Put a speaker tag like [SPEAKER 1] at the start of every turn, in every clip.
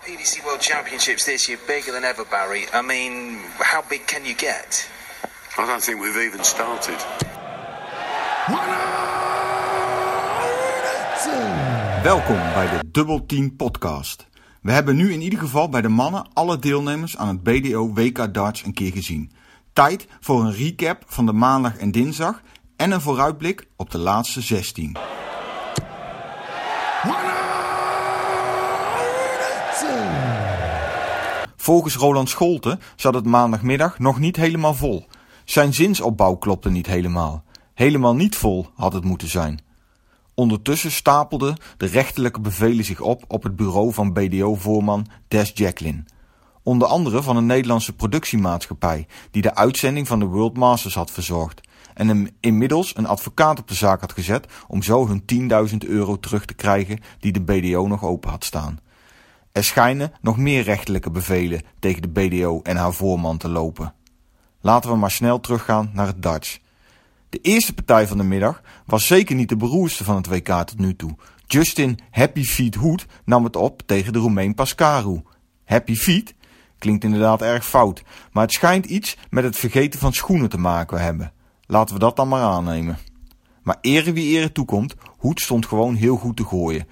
[SPEAKER 1] PDC World Championships this year, bigger than ever, Barry. I mean, how big can you get?
[SPEAKER 2] I don't think we've even started.
[SPEAKER 3] Welkom bij de Double Team podcast. We hebben nu in ieder geval bij de mannen alle deelnemers aan het BDO WK Darts een keer gezien. Tijd voor een recap van de maandag en dinsdag en een vooruitblik op de laatste 16. Volgens Roland Scholten zat het maandagmiddag nog niet helemaal vol. Zijn zinsopbouw klopte niet helemaal. Helemaal niet vol had het moeten zijn. Ondertussen stapelden de rechterlijke bevelen zich op het bureau van BDO-voorman Des Jacklin. Onder andere van een Nederlandse productiemaatschappij die de uitzending van de World Masters had verzorgd en hem inmiddels een advocaat op de zaak had gezet om zo hun €10.000 terug te krijgen die de BDO nog open had staan. Er schijnen nog meer rechterlijke bevelen tegen de BDO en haar voorman te lopen. Laten we maar snel teruggaan naar het darts. De eerste partij van de middag was zeker niet de beroerdste van het WK tot nu toe. Justin Happy Feet Hood nam het op tegen de Roemeen Pascaru. Happy Feet? Klinkt inderdaad erg fout, maar het schijnt iets met het vergeten van schoenen te maken hebben. Laten we dat dan maar aannemen. Maar ere wie ere toekomt, Hoed stond gewoon heel goed te gooien.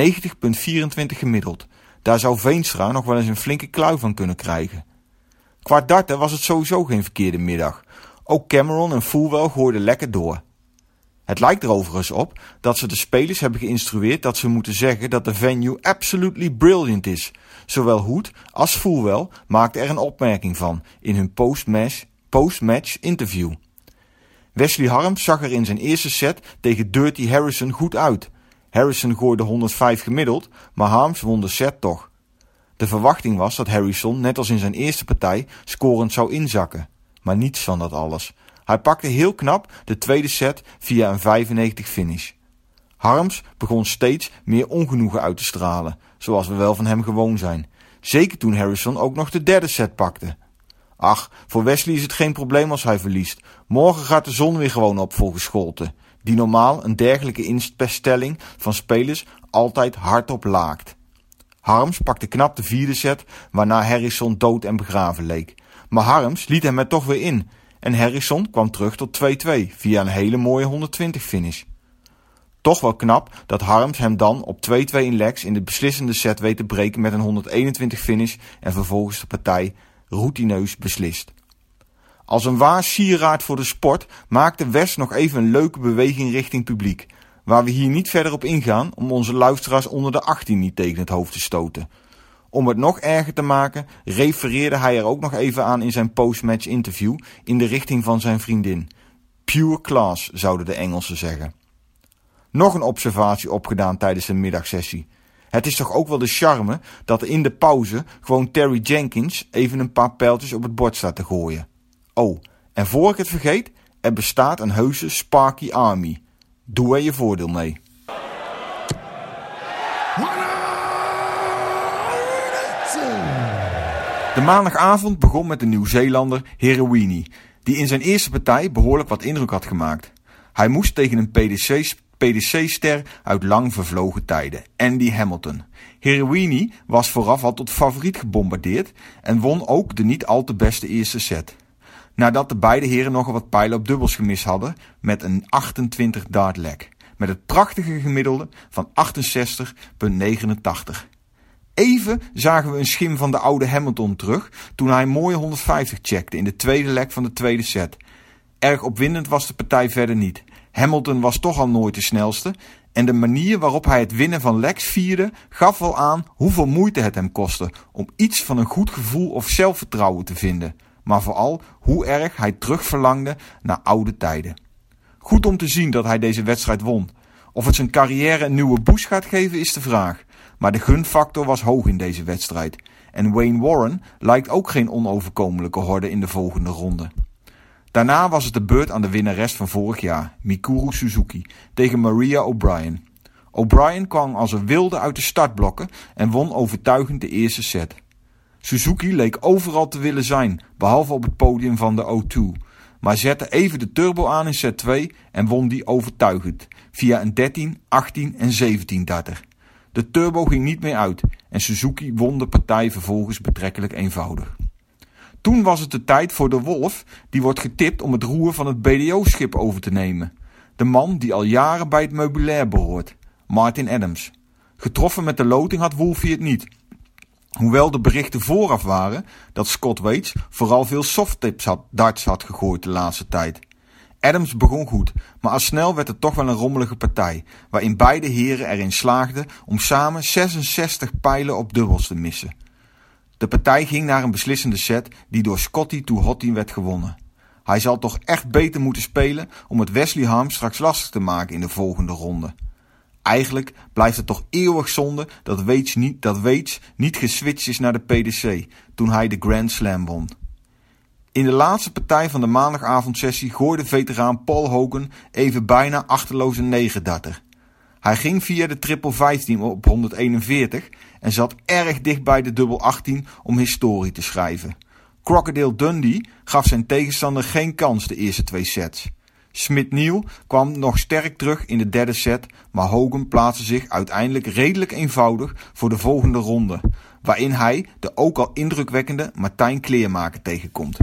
[SPEAKER 3] 90,24 gemiddeld. Daar zou Veenstra nog wel eens een flinke klui van kunnen krijgen. Qua darten was het sowieso geen verkeerde middag. Ook Cameron en Fulwell gooiden lekker door. Het lijkt er overigens op dat ze de spelers hebben geïnstrueerd dat ze moeten zeggen dat de venue absolutely brilliant is. Zowel Hoed als Fulwell maakten er een opmerking van in hun post-match interview. Wesley Harms zag er in zijn eerste set tegen Dirty Harrison goed uit. Harrison gooide 105 gemiddeld, maar Harms won de set toch. De verwachting was dat Harrison, net als in zijn eerste partij, scorend zou inzakken. Maar niets van dat alles. Hij pakte heel knap de tweede set via een 95 finish. Harms begon steeds meer ongenoegen uit te stralen, zoals we wel van hem gewoon zijn. Zeker toen Harrison ook nog de derde set pakte. Ach, voor Wesley is het geen probleem als hij verliest. Morgen gaat de zon weer gewoon op volgens Scholten, die normaal een dergelijke instelling van spelers altijd hardop laakt. Harms pakte knap de vierde set, waarna Harrison dood en begraven leek. Maar Harms liet hem er toch weer in en Harrison kwam terug tot 2-2 via een hele mooie 120 finish. Toch wel knap dat Harms hem dan op 2-2 in legs in de beslissende set weet te breken met een 121 finish en vervolgens de partij routineus beslist. Als een waar sieraad voor de sport maakte Wes nog even een leuke beweging richting publiek, waar we hier niet verder op ingaan om onze luisteraars onder de 18 niet tegen het hoofd te stoten. Om het nog erger te maken, refereerde hij er ook nog even aan in zijn postmatch interview in de richting van zijn vriendin. Pure class, zouden de Engelsen zeggen. Nog een observatie opgedaan tijdens de middagsessie. Het is toch ook wel de charme dat er in de pauze gewoon Terry Jenkins even een paar pijltjes op het bord staat te gooien. Oh, en voor ik het vergeet, er bestaat een heuse Sparky Army. Doe er je voordeel mee. De maandagavond begon met de Nieuw-Zeelander Heroini, die in zijn eerste partij behoorlijk wat indruk had gemaakt. Hij moest tegen een PDC-ster uit lang vervlogen tijden, Andy Hamilton. Heroini was vooraf al tot favoriet gebombardeerd en won ook de niet al te beste eerste set. Nadat de beide heren nogal wat pijlen op dubbels gemist hadden met een 28 dart leg, met het prachtige gemiddelde van 68,89. Even zagen we een schim van de oude Hamilton terug toen hij een mooie 150 checkte in de tweede leg van de tweede set. Erg opwindend was de partij verder niet. Hamilton was toch al nooit de snelste en de manier waarop hij het winnen van legs vierde gaf wel aan hoeveel moeite het hem kostte om iets van een goed gevoel of zelfvertrouwen te vinden, maar vooral hoe erg hij terugverlangde naar oude tijden. Goed om te zien dat hij deze wedstrijd won. Of het zijn carrière een nieuwe boost gaat geven is de vraag. Maar de gunfactor was hoog in deze wedstrijd. En Wayne Warren lijkt ook geen onoverkomelijke horde in de volgende ronde. Daarna was het de beurt aan de winnares van vorig jaar, Mikuru Suzuki, tegen Maria O'Brien. O'Brien kwam als een wilde uit de startblokken en won overtuigend de eerste set. Suzuki leek overal te willen zijn, behalve op het podium van de O2. Maar zette even de turbo aan in set 2 en won die overtuigend, via een 13, 18 en 17 darter. De turbo ging niet meer uit en Suzuki won de partij vervolgens betrekkelijk eenvoudig. Toen was het de tijd voor de Wolf, die wordt getipt om het roer van het BDO-schip over te nemen. De man die al jaren bij het meubilair behoort, Martin Adams. Getroffen met de loting had Wolfie het niet. Hoewel de berichten vooraf waren dat Scott Waits vooral veel softtips darts had gegooid de laatste tijd. Adams begon goed, maar al snel werd het toch wel een rommelige partij, waarin beide heren erin slaagden om samen 66 pijlen op dubbels te missen. De partij ging naar een beslissende set die door Scotty to Hotty werd gewonnen. Hij zal toch echt beter moeten spelen om het Wesley Harms straks lastig te maken in de volgende ronde. Eigenlijk blijft het toch eeuwig zonde dat Waits niet geswitcht is naar de PDC toen hij de Grand Slam won. In de laatste partij van de maandagavondsessie gooide veteraan Paul Hogan even bijna achterloos een 9-darter. Hij ging via de triple 15 op 141 en zat erg dicht bij de dubbel 18 om historie te schrijven. Crocodile Dundee gaf zijn tegenstander geen kans de eerste 2 sets. Smith-Neal kwam nog sterk terug in de derde set, maar Hogan plaatste zich uiteindelijk redelijk eenvoudig voor de volgende ronde, waarin hij de ook al indrukwekkende Martijn Kleermaker tegenkomt.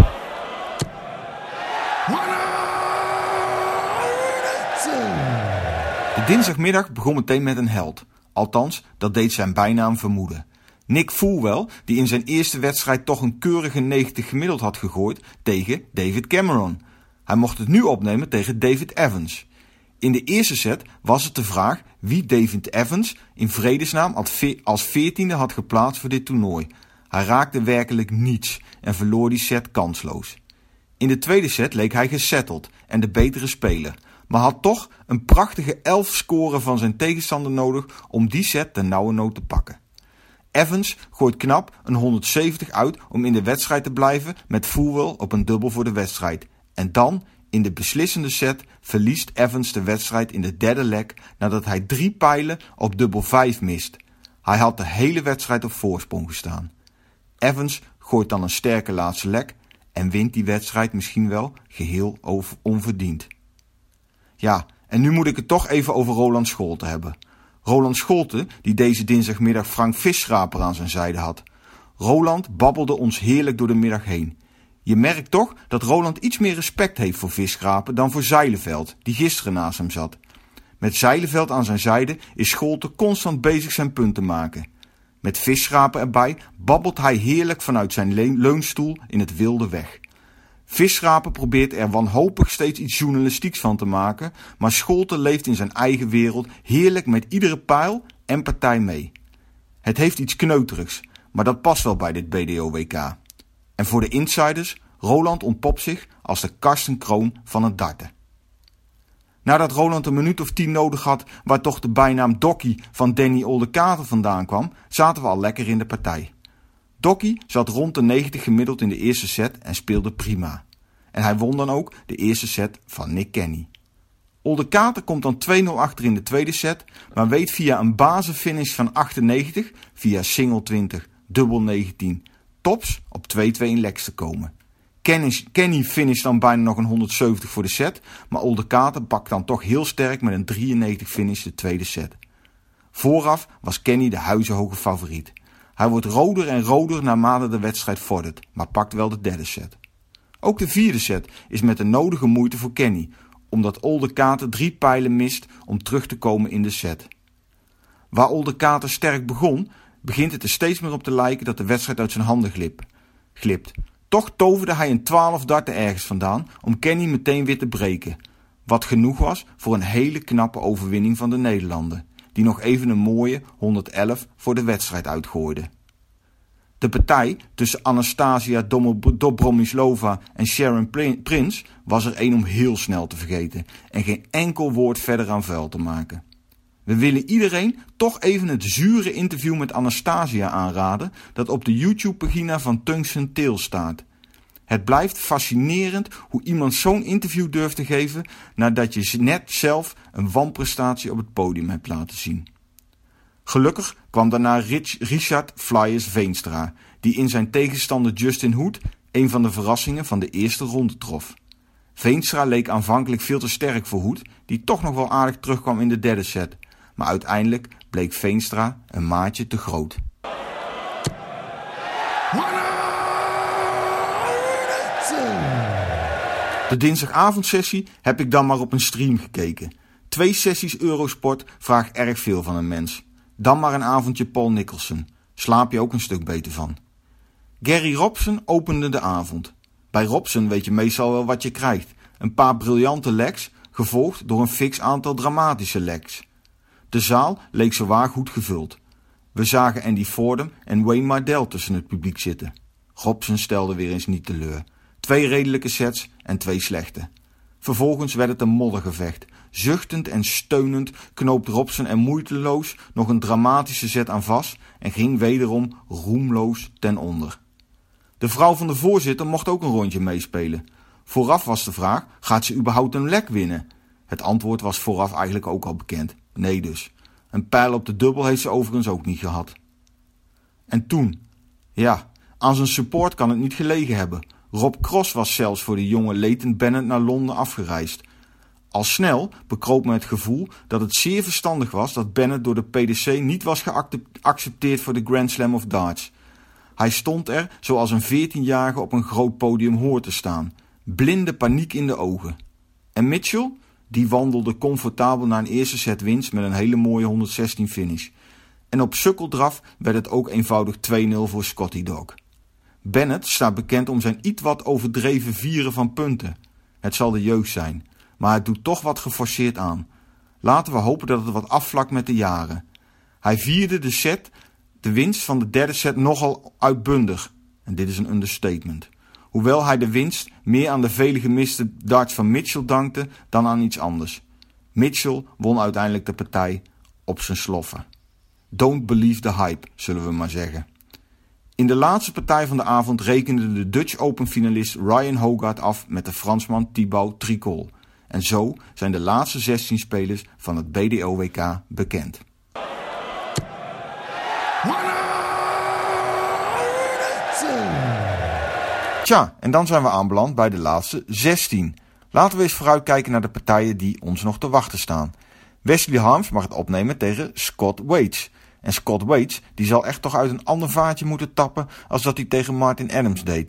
[SPEAKER 3] De dinsdagmiddag begon meteen met een held. Althans, dat deed zijn bijnaam vermoeden. Nick Fulwell, die in zijn eerste wedstrijd toch een keurige 90 gemiddeld had gegooid tegen David Cameron. Hij mocht het nu opnemen tegen David Evans. In de eerste set was het de vraag wie David Evans in vredesnaam als 14e had geplaatst voor dit toernooi. Hij raakte werkelijk niets en verloor die set kansloos. In de tweede set leek hij gesetteld en de betere speler, maar had toch een prachtige 11 score van zijn tegenstander nodig om die set ten nauwernood te pakken. Evans gooit knap een 170 uit om in de wedstrijd te blijven met Fulwell op een dubbel voor de wedstrijd. En dan, in de beslissende set, verliest Evans de wedstrijd in de derde leg nadat hij 3 pijlen op dubbel 5 mist. Hij had de hele wedstrijd op voorsprong gestaan. Evans gooit dan een sterke laatste leg en wint die wedstrijd misschien wel geheel onverdiend. Ja, en nu moet ik het toch even over Roland Scholte hebben. Roland Scholte, die deze dinsdagmiddag Frank Visschraper aan zijn zijde had. Roland babbelde ons heerlijk door de middag heen. Je merkt toch dat Roland iets meer respect heeft voor Visschraper dan voor Zijleveld, die gisteren naast hem zat. Met Zijleveld aan zijn zijde is Scholte constant bezig zijn punt te maken. Met Visschraper erbij babbelt hij heerlijk vanuit zijn leunstoel in het wilde weg. Visschraper probeert er wanhopig steeds iets journalistieks van te maken, maar Scholte leeft in zijn eigen wereld heerlijk met iedere pijl en partij mee. Het heeft iets kneuterigs, maar dat past wel bij dit BDO-WK. En voor de insiders, Roland ontpopt zich als de Karsten Kroon van het darten. Nadat Roland een minuut of 10 nodig had, waar toch de bijnaam Dokkie van Danny Oldekater vandaan kwam, zaten we al lekker in de partij. Dokkie zat rond de 90 gemiddeld in de eerste set en speelde prima. En hij won dan ook de eerste set van Nick Kenny. Oldekater komt dan 2-0 achter in de tweede set, maar weet via een bazenfinish van 98, via single 20, dubbel 19, tops op 2-2 in legs te komen. Kenny finisht dan bijna nog een 170 voor de set, maar Oldekater pakt dan toch heel sterk met een 93 finish de tweede set. Vooraf was Kenny de huizenhoge favoriet. Hij wordt roder en roder naarmate de wedstrijd vordert, maar pakt wel de derde set. Ook de vierde set is met de nodige moeite voor Kenny, omdat Oldekater 3 pijlen mist om terug te komen in de set. Waar Oldekater sterk begon, begint het er steeds meer op te lijken dat de wedstrijd uit zijn handen glipt. Toch toverde hij een 12 darten ergens vandaan om Kenny meteen weer te breken. Wat genoeg was voor een hele knappe overwinning van de Nederlander, die nog even een mooie 111 voor de wedstrijd uitgooide. De partij tussen Anastasia Dobromyslova en Sharon Prince was er één om heel snel te vergeten en geen enkel woord verder aan vuil te maken. We willen iedereen toch even het zure interview met Anastasia aanraden dat op de YouTube-pagina van Tungsten Tales staat. Het blijft fascinerend hoe iemand zo'n interview durft te geven nadat je net zelf een wanprestatie op het podium hebt laten zien. Gelukkig kwam daarna Richard Flyers Veenstra, die in zijn tegenstander Justin Hood een van de verrassingen van de eerste ronde trof. Veenstra leek aanvankelijk veel te sterk voor Hood, die toch nog wel aardig terugkwam in de derde set, maar uiteindelijk bleek Veenstra een maatje te groot. De dinsdagavondsessie heb ik dan maar op een stream gekeken. 2 sessies Eurosport vraagt erg veel van een mens. Dan maar een avondje Paul Nicholson. Slaap je ook een stuk beter van. Gary Robson opende de avond. Bij Robson weet je meestal wel wat je krijgt. Een paar briljante legs, gevolgd door een fix aantal dramatische legs. De zaal leek zowaar goed gevuld. We zagen Andy Fordham en Wayne Mardell tussen het publiek zitten. Robson stelde weer eens niet teleur. 2 redelijke sets en 2 slechte. Vervolgens werd het een moddergevecht. Zuchtend en steunend knoopt Robson er moeiteloos nog een dramatische set aan vast en ging wederom roemloos ten onder. De vrouw van de voorzitter mocht ook een rondje meespelen. Vooraf was de vraag, gaat ze überhaupt een leg winnen? Het antwoord was vooraf eigenlijk ook al bekend. Nee dus. Een pijl op de dubbel heeft ze overigens ook niet gehad. En toen? Ja, aan zijn support kan het niet gelegen hebben. Rob Cross was zelfs voor de jonge Leighton Bennett naar Londen afgereisd. Al snel bekroop me het gevoel dat het zeer verstandig was dat Bennett door de PDC niet was geaccepteerd voor de Grand Slam of Darts. Hij stond er zoals een 14-jarige op een groot podium hoort te staan. Blinde paniek in de ogen. En Mitchell? Die wandelde comfortabel naar een eerste set winst met een hele mooie 116 finish. En op sukkeldraf werd het ook eenvoudig 2-0 voor Scotty Dog. Bennett staat bekend om zijn iets wat overdreven vieren van punten. Het zal de jeugd zijn, maar het doet toch wat geforceerd aan. Laten we hopen dat het wat afvlakt met de jaren. Hij vierde de winst van de derde set nogal uitbundig. En dit is een understatement. Hoewel hij de winst meer aan de vele gemiste darts van Mitchell dankte dan aan iets anders. Mitchell won uiteindelijk de partij op zijn sloffen. Don't believe the hype, zullen we maar zeggen. In de laatste partij van de avond rekende de Dutch Open finalist Ryan Hogarth af met de Fransman Thibaut Tricol. En zo zijn de laatste 16 spelers van het BDO-WK bekend. Tja, en dan zijn we aanbeland bij de laatste 16. Laten we eens vooruitkijken naar de partijen die ons nog te wachten staan. Wesley Harms mag het opnemen tegen Scott Waits. En Scott Waits die zal echt toch uit een ander vaatje moeten tappen als dat hij tegen Martin Adams deed.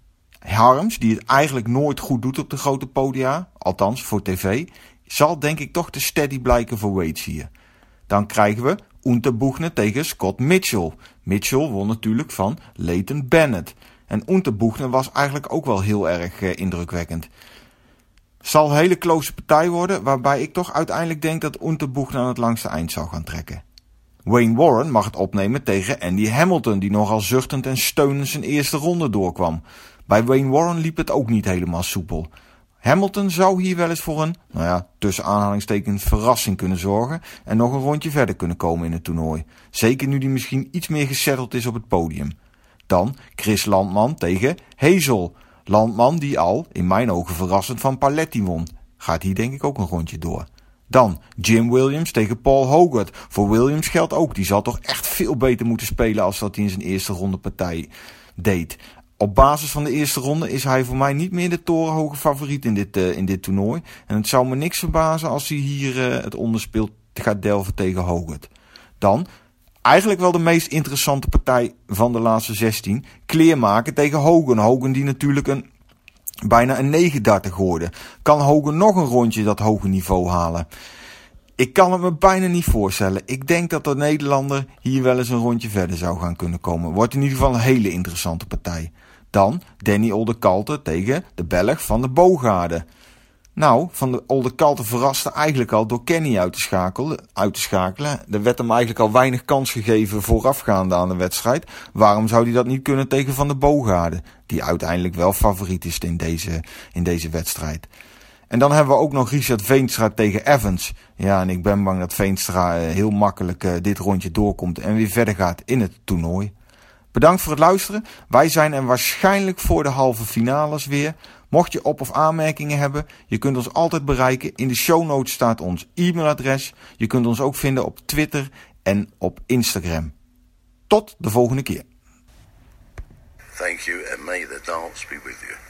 [SPEAKER 3] Harms, die het eigenlijk nooit goed doet op de grote podia, althans voor tv, zal denk ik toch te steady blijken voor Waits hier. Dan krijgen we Unterbuchner tegen Scott Mitchell. Mitchell won natuurlijk van Leighton Bennett. En Unterbuchner was eigenlijk ook wel heel erg indrukwekkend. Zal een hele close partij worden, waarbij ik toch uiteindelijk denk dat Unterbuchner aan het langste eind zal gaan trekken. Wayne Warren mag het opnemen tegen Andy Hamilton, die nogal zuchtend en steunend zijn eerste ronde doorkwam. Bij Wayne Warren liep het ook niet helemaal soepel. Hamilton zou hier wel eens voor een, tussen aanhalingstekens verrassing kunnen zorgen en nog een rondje verder kunnen komen in het toernooi. Zeker nu die misschien iets meer gesetteld is op het podium. Dan Chris Landman tegen Hazel. Landman die al, in mijn ogen verrassend, van Paletti won. Gaat hier denk ik ook een rondje door. Dan Jim Williams tegen Paul Hogarth. Voor Williams geldt ook, die zal toch echt veel beter moeten spelen als dat hij in zijn eerste ronde partij deed. Op basis van de eerste ronde is hij voor mij niet meer de torenhoge favoriet in dit toernooi. En het zou me niks verbazen als hij hier het onderspeel gaat delven tegen Hogarth. Dan eigenlijk wel de meest interessante partij van de laatste 16. Kleermaker tegen Hogan. Hogan die natuurlijk bijna een 39 hoorde. Kan Hogan nog een rondje dat hoge niveau halen? Ik kan het me bijna niet voorstellen. Ik denk dat de Nederlander hier wel eens een rondje verder zou gaan kunnen komen. Wordt in ieder geval een hele interessante partij. Dan Danny Oldekalter tegen de Belg van de Bogaarde. Nou, Van de Oldekalter verraste eigenlijk al door Kenny uit te schakelen. Er werd hem eigenlijk al weinig kans gegeven voorafgaande aan de wedstrijd. Waarom zou hij dat niet kunnen tegen Van de Bogaarde? Die uiteindelijk wel favoriet is in deze wedstrijd. En dan hebben we ook nog Richard Veenstra tegen Evans. Ja, en ik ben bang dat Veenstra heel makkelijk dit rondje doorkomt en weer verder gaat in het toernooi. Bedankt voor het luisteren. Wij zijn er waarschijnlijk voor de halve finales weer. Mocht je op- of aanmerkingen hebben, je kunt ons altijd bereiken. In de show notes staat ons e-mailadres. Je kunt ons ook vinden op Twitter en op Instagram. Tot de volgende keer.
[SPEAKER 2] Thank you and may the dance be with you.